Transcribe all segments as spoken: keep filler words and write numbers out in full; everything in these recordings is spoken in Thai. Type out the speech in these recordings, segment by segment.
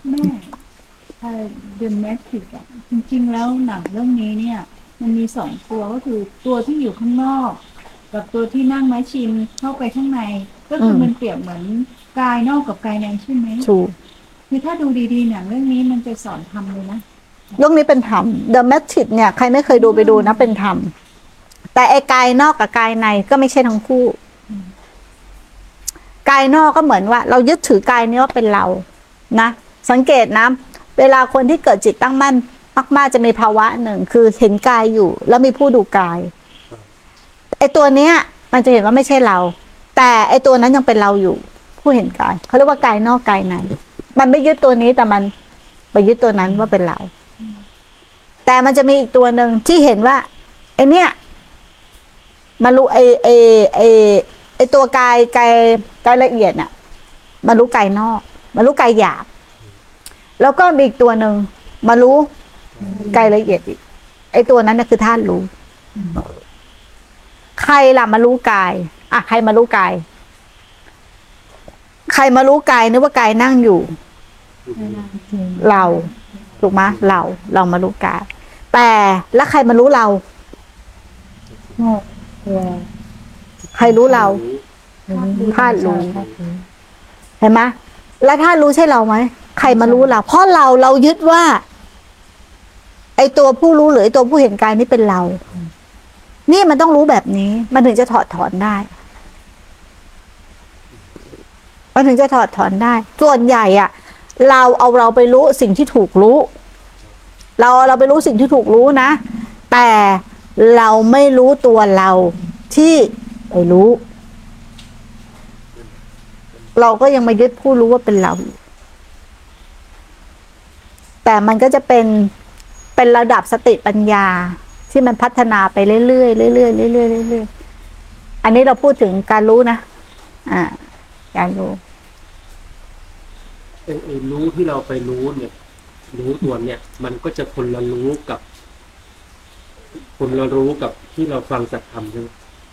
แม่เดอะแมทริกอะจริงๆแล้วหนังเรื่องนี้เนี่ยมันมีสองตัวก็คือตัวที่อยู่ข้างนอกกับตัวที่นั่งไม้ชินเข้าไปข้างในก็คือมันเปรียบเหมือนกายนอกกับกายในใช่ไหมถูกคือถ้าดูดีๆหนังเรื่องนี้มันจะสอนธรรมเลยนะเรื่องนี้เป็นธรรม The Matrix เนี่ยใครไม่เคยดูไปดูนะเป็นธรรมแต่ไอ้กายนอกกับกายในก็ไม่ใช่ทั้งคู่กายนอกก็เหมือนว่าเรายึดถือกายนี้ว่าเป็นเรานะสังเกตนะเวลาคนที่เกิดจิตตั้งมั่นมากๆจะมีภาวะหนึ่งคือเห็นกายอยู่แล้วมีผู้ดูกายไอ้ตัวเนี้ยมันจะเห็นว่าไม่ใช่เราแต่ไอ้ตัวนั้นยังเป็นเราอยู่ผู้เห็นกายเขาเรียกว่ากายนอกกายในมันไม่ยึดตัวนี้แต่มันไปยึดตัวนั้นว่าเป็นเราแต่มันจะมีอีกตัวหนึ่งที่เห็นว่าไอ้เนี้ยมารู้ไอ้ไอ้ไอ้ไอ้ตัวกายกายกายละเอียดน่ะมารู้กายนอกมารู้กายหยาบแล้วก็มีอีกตัวหนึ่งมารู้กายละเอียดอีกไอ้ตัวนั้นน่ะคือธาตุรู้ใครล่ะมารู้กายอ่ะใครมารู้กายใครมารู้กายนึกว่ากายนั่งอยู่เราถูกไหมเราเรามารู้กายแต่แล้วใครมารู้เราใครรู้เราธาตุรู้เห็นไหมแล้วธาตุรู้ใช่เราไหมใครมารู้เราเพราะเราเรายึดว่าไอตัวผู้รู้หรือไอตัวผู้เห็นกายนี่เป็นเรานี่มันต้องรู้แบบนี้มันถึงจะถอดถอนได้มันถึงจะถอดถอนได้ส่วนใหญ่อะเราเอาเราไปรู้สิ่งที่ถูกรู้เราเราไปรู้สิ่งที่ถูกรู้นะแต่เราไม่รู้ตัวเราที่ไปรู้เราก็ยังมายึดผู้รู้ว่าเป็นเราแต่มันก็จะเป็นเป็นระดับสติปัญญาที่มันพัฒนาไปเรื่อยๆเรื่อยๆเรื่อยๆเรื่อยๆอันนี้เราพูดถึงการรู้นะอ่าการรู้ไอ้ไอ้รู้ที่เราไปรู้เนี่ยรู้ตัวเนี่ยมันก็จะคนละรู้กับคนละรู้กับที่เราฟังสัจธรรมใช่ไหม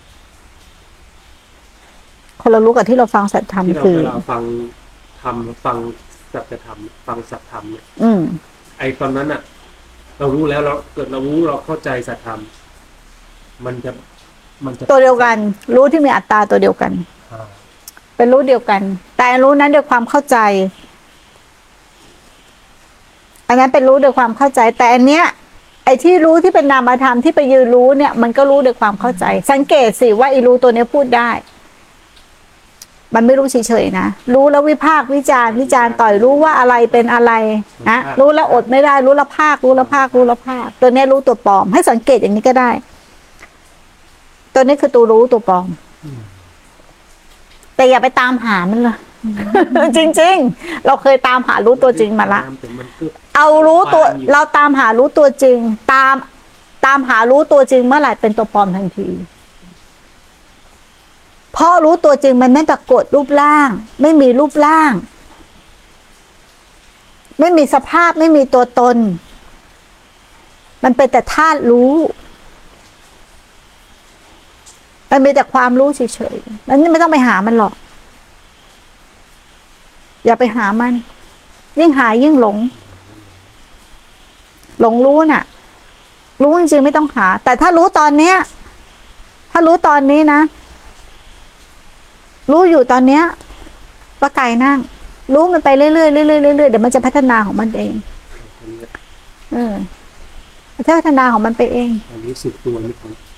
คนเรารู้กับที่เราฟังสัจธรรมที่เราคือเวลาฟังธรรมฟังสัจธรรมฟังสัจธรรมเนี่ยอืมไอ้ตอนนั้นอ่ะ เรารู้แล้วเราเกิดเรารู้เราเข้าใจสัจธรรมมันจะมันจะตัวเดียวกันรู้ที่มีอัตตาตัวเดียวกันเป็นรู้เดียวกันแต่รู้นั้นด้วยความเข้าใจอันนั้นเป็นรู้ด้วยความเข้าใจแต่อันเนี้ยไอ้ที่รู้ที่เป็นนามธรรมที่ไปยืนรู้เนี่ยมันก็รู้ด้วยความเข้าใจสังเกตสิว่าไอ้รู้ตัวนี้พูดได้มันไม่รู้เฉยๆนะรู้แล้ววิพากษ์วิจารณ์วิจารณ์ต่อยรู้ว่าอะไรเป็นอะไรนะรู้แล้วอดไม่ได้รู้แล้วภาครู้แล้วภาครู้แล้วภาคตัวนี้รู้ตัวปลอมให้สังเกตอย่างนี้ก็ได้ตัวนี้คือตัวรู้ตัวปลอมแต่อย่าไปตามหามันเลยจริงๆเราเคยตามหารู้ตัวจริงมาละเอารู้ตัวเราตามหารู้ตัวจริงตามตามหารู้ตัวจริงเมื่อไหร่เป็นตัวปลอมทันทีเพราะรู้ตัวจริงมันไม่ปรากฏรูปร่างไม่มีรูปร่างไม่มีสภาพไม่มีตัวตนมันเป็นแต่ธาตุรู้มันมีแต่ความรู้เฉยๆแล้วนี่ไม่ต้องไปหามันหรอกอย่าไปหามันยิ่งหายิ่งหลงหลงรู้น่ะรู้จริงๆไม่ต้องหาแต่ถ้ารู้ตอนเนี้ยถ้ารู้ตอนนี้นะรู้อยู่ตอนเนี้ยว่ากายนั่งรู้มันไปเรื่อยๆเรื่อยๆเรื่อยๆเดี๋ยวมันจะพัฒนาของมันเองเออพัฒนาของมันไปเองอันนี้สึกตัวนี่ของ